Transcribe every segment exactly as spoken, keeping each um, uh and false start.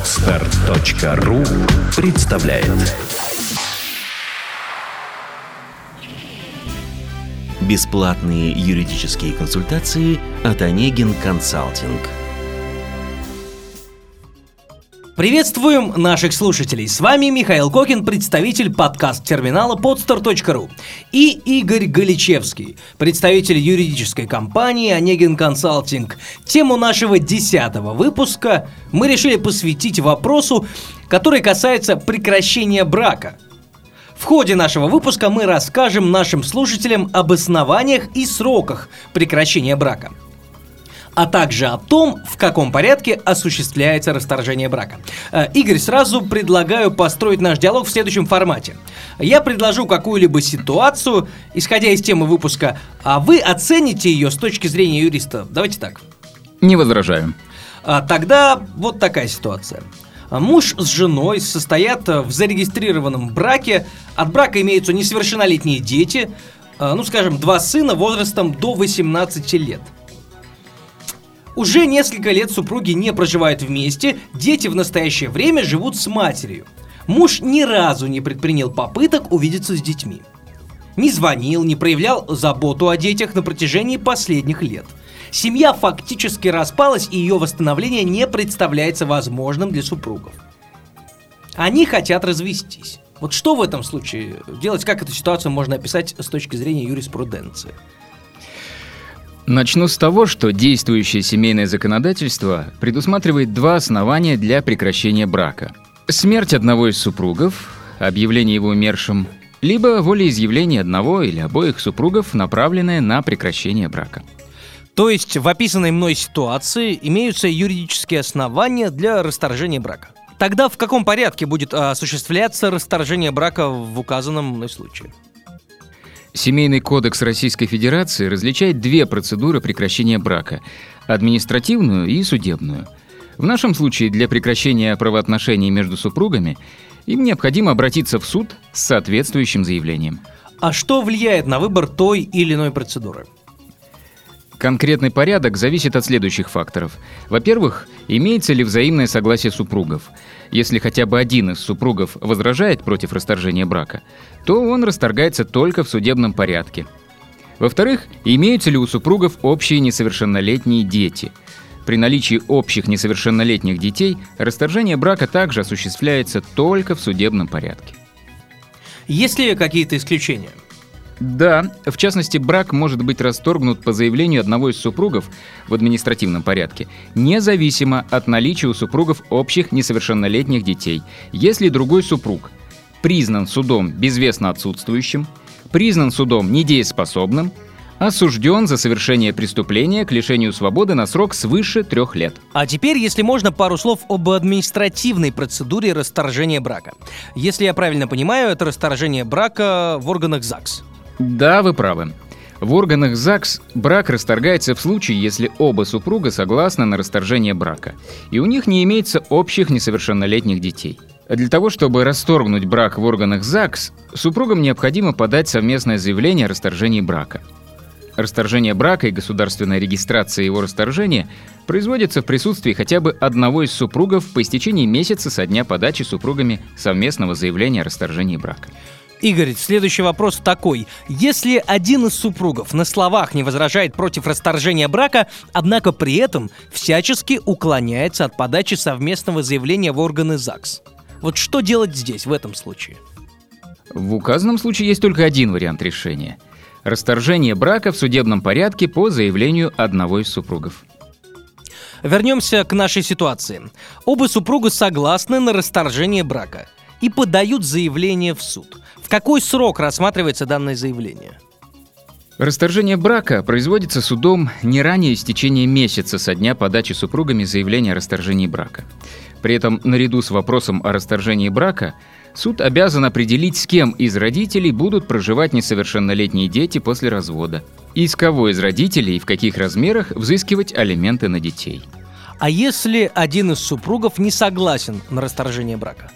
Подстер точка ру представляет. Бесплатные юридические консультации от Онегин Консалтинг. Приветствуем наших слушателей. С вами Михаил Кокин, представитель подкаст-терминала Подстер точка ру, и Игорь Галичевский, представитель юридической компании Онегин Консалтинг. Тему нашего десятого выпуска мы решили посвятить вопросу, который касается прекращения брака. В ходе нашего выпуска мы расскажем нашим слушателям об основаниях и сроках прекращения брака, а также о том, в каком порядке осуществляется расторжение брака. Игорь, сразу предлагаю построить наш диалог в следующем формате. Я предложу какую-либо ситуацию, исходя из темы выпуска, а вы оцените ее с точки зрения юриста. Давайте так. Не возражаю. Тогда вот такая ситуация. Муж с женой состоят в зарегистрированном браке. От брака имеются несовершеннолетние дети, ну, скажем, два сына возрастом до восемнадцати лет. Уже несколько лет супруги не проживают вместе, дети в настоящее время живут с матерью. Муж ни разу не предпринял попыток увидеться с детьми. Не звонил, не проявлял заботу о детях на протяжении последних лет. Семья фактически распалась, и ее восстановление не представляется возможным для супругов. Они хотят развестись. Вот что в этом случае делать? Как эту ситуацию можно описать с точки зрения юриспруденции? Начну с того, что действующее семейное законодательство предусматривает два основания для прекращения брака. Смерть одного из супругов, объявление его умершим, либо волеизъявление одного или обоих супругов, направленное на прекращение брака. То есть в описанной мной ситуации имеются юридические основания для расторжения брака. Тогда в каком порядке будет осуществляться расторжение брака в указанном мной случае? Семейный кодекс Российской Федерации различает две процедуры прекращения брака – административную и судебную. В нашем случае для прекращения правоотношений между супругами им необходимо обратиться в суд с соответствующим заявлением. А что влияет на выбор той или иной процедуры? Конкретный порядок зависит от следующих факторов. Во-первых, имеется ли взаимное согласие супругов. Если хотя бы один из супругов возражает против расторжения брака, то он расторгается только в судебном порядке. Во-вторых, имеются ли у супругов общие несовершеннолетние дети. При наличии общих несовершеннолетних детей расторжение брака также осуществляется только в судебном порядке. Есть ли какие-то исключения? Да, в частности, брак может быть расторгнут по заявлению одного из супругов в административном порядке, независимо от наличия у супругов общих несовершеннолетних детей, если другой супруг признан судом безвестно отсутствующим, признан судом недееспособным, осужден за совершение преступления к лишению свободы на срок свыше трех лет. А теперь, если можно, пару слов об административной процедуре расторжения брака. Если я правильно понимаю, это расторжение брака в органах ЗАГС. Да, вы правы. В органах ЗАГС брак расторгается в случае, если оба супруга согласны на расторжение брака, и у них не имеется общих несовершеннолетних детей. Для того, чтобы расторгнуть брак в органах ЗАГС, супругам необходимо подать совместное заявление о расторжении брака. Расторжение брака и государственная регистрация его расторжения производится в присутствии хотя бы одного из супругов по истечении месяца со дня подачи супругами совместного заявления о расторжении брака. Игорь, следующий вопрос такой. Если один из супругов на словах не возражает против расторжения брака, однако при этом всячески уклоняется от подачи совместного заявления в органы ЗАГС, вот что делать здесь, в этом случае? В указанном случае есть только один вариант решения – расторжение брака в судебном порядке по заявлению одного из супругов. Вернемся к нашей ситуации. Оба супруга согласны на расторжение брака и подают заявление в суд. В какой срок рассматривается данное заявление? Расторжение брака производится судом не ранее истечения месяца со дня подачи супругами заявления о расторжении брака. При этом, наряду с вопросом о расторжении брака, суд обязан определить, с кем из родителей будут проживать несовершеннолетние дети после развода, и с кого из родителей и в каких размерах взыскивать алименты на детей. А если один из супругов не согласен на расторжение брака?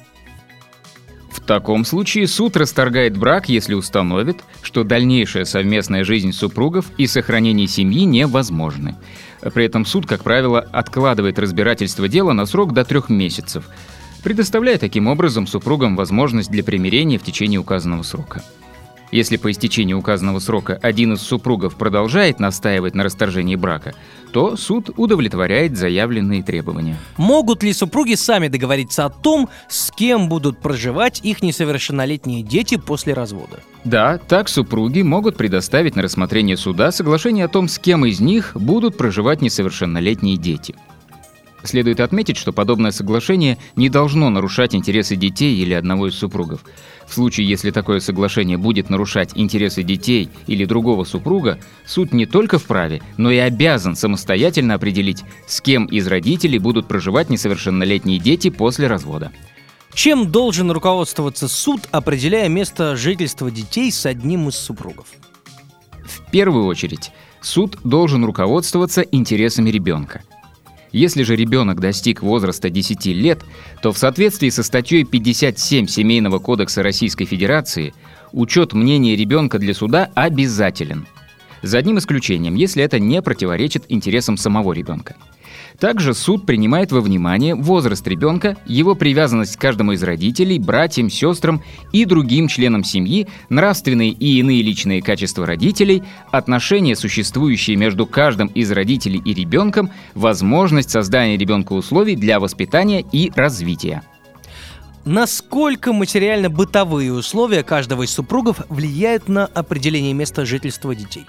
В таком случае суд расторгает брак, если установит, что дальнейшая совместная жизнь супругов и сохранение семьи невозможны. При этом суд, как правило, откладывает разбирательство дела на срок до трех месяцев, предоставляя таким образом супругам возможность для примирения в течение указанного срока. Если по истечении указанного срока один из супругов продолжает настаивать на расторжении брака, то суд удовлетворяет заявленные требования. Могут ли супруги сами договориться о том, с кем будут проживать их несовершеннолетние дети после развода? Да, так супруги могут предоставить на рассмотрение суда соглашение о том, с кем из них будут проживать несовершеннолетние дети. Следует отметить, что подобное соглашение не должно нарушать интересы детей или одного из супругов. В случае, если такое соглашение будет нарушать интересы детей или другого супруга, суд не только вправе, но и обязан самостоятельно определить, с кем из родителей будут проживать несовершеннолетние дети после развода. Чем должен руководствоваться суд, определяя место жительства детей с одним из супругов? В первую очередь, суд должен руководствоваться интересами ребенка. Если же ребенок достиг возраста десяти лет, то в соответствии со статьей пятьдесят семь Семейного кодекса Российской Федерации учет мнения ребенка для суда обязателен. За одним исключением, если это не противоречит интересам самого ребенка. Также суд принимает во внимание возраст ребенка, его привязанность к каждому из родителей, братьям, сестрам и другим членам семьи, нравственные и иные личные качества родителей, отношения, существующие между каждым из родителей и ребенком, возможность создания ребенку условий для воспитания и развития. Насколько материально-бытовые условия каждого из супругов влияют на определение места жительства детей?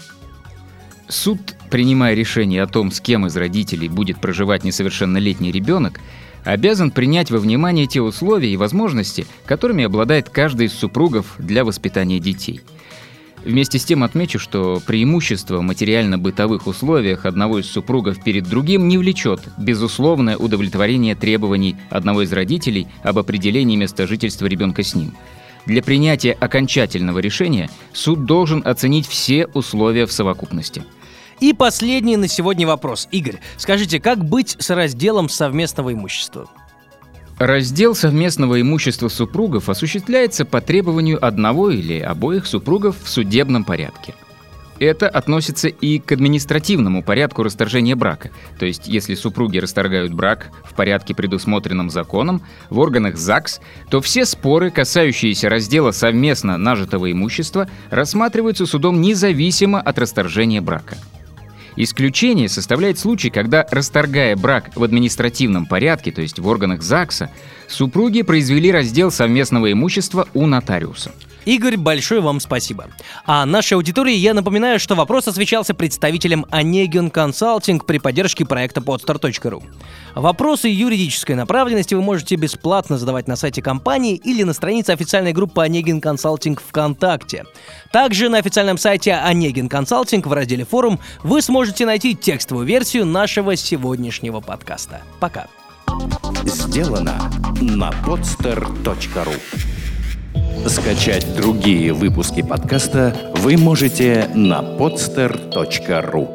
Суд, принимая решение о том, с кем из родителей будет проживать несовершеннолетний ребенок, обязан принять во внимание те условия и возможности, которыми обладает каждый из супругов для воспитания детей. Вместе с тем отмечу, что преимущество в материально-бытовых условиях одного из супругов перед другим не влечет безусловное удовлетворение требований одного из родителей об определении места жительства ребенка с ним. Для принятия окончательного решения суд должен оценить все условия в совокупности. И последний на сегодня вопрос. Игорь, скажите, как быть с разделом совместного имущества? Раздел совместного имущества супругов осуществляется по требованию одного или обоих супругов в судебном порядке. Это относится и к административному порядку расторжения брака. То есть, если супруги расторгают брак в порядке, предусмотренном законом, в органах ЗАГС, то все споры, касающиеся раздела совместно нажитого имущества, рассматриваются судом независимо от расторжения брака. Исключение составляет случай, когда, расторгая брак в административном порядке, то есть в органах ЗАГСа, супруги произвели раздел совместного имущества у нотариуса. Игорь, большое вам спасибо. А нашей аудитории я напоминаю, что вопрос освещался представителем Онегин Консалтинг при поддержке проекта подстер точка ру. Вопросы юридической направленности вы можете бесплатно задавать на сайте компании или на странице официальной группы Онегин Консалтинг ВКонтакте. Также на официальном сайте Онегин Консалтинг в разделе «Форум» вы сможете найти текстовую версию нашего сегодняшнего подкаста. Пока. Сделано на подстер точка ру. Скачать другие выпуски подкаста вы можете на подстер точка ру.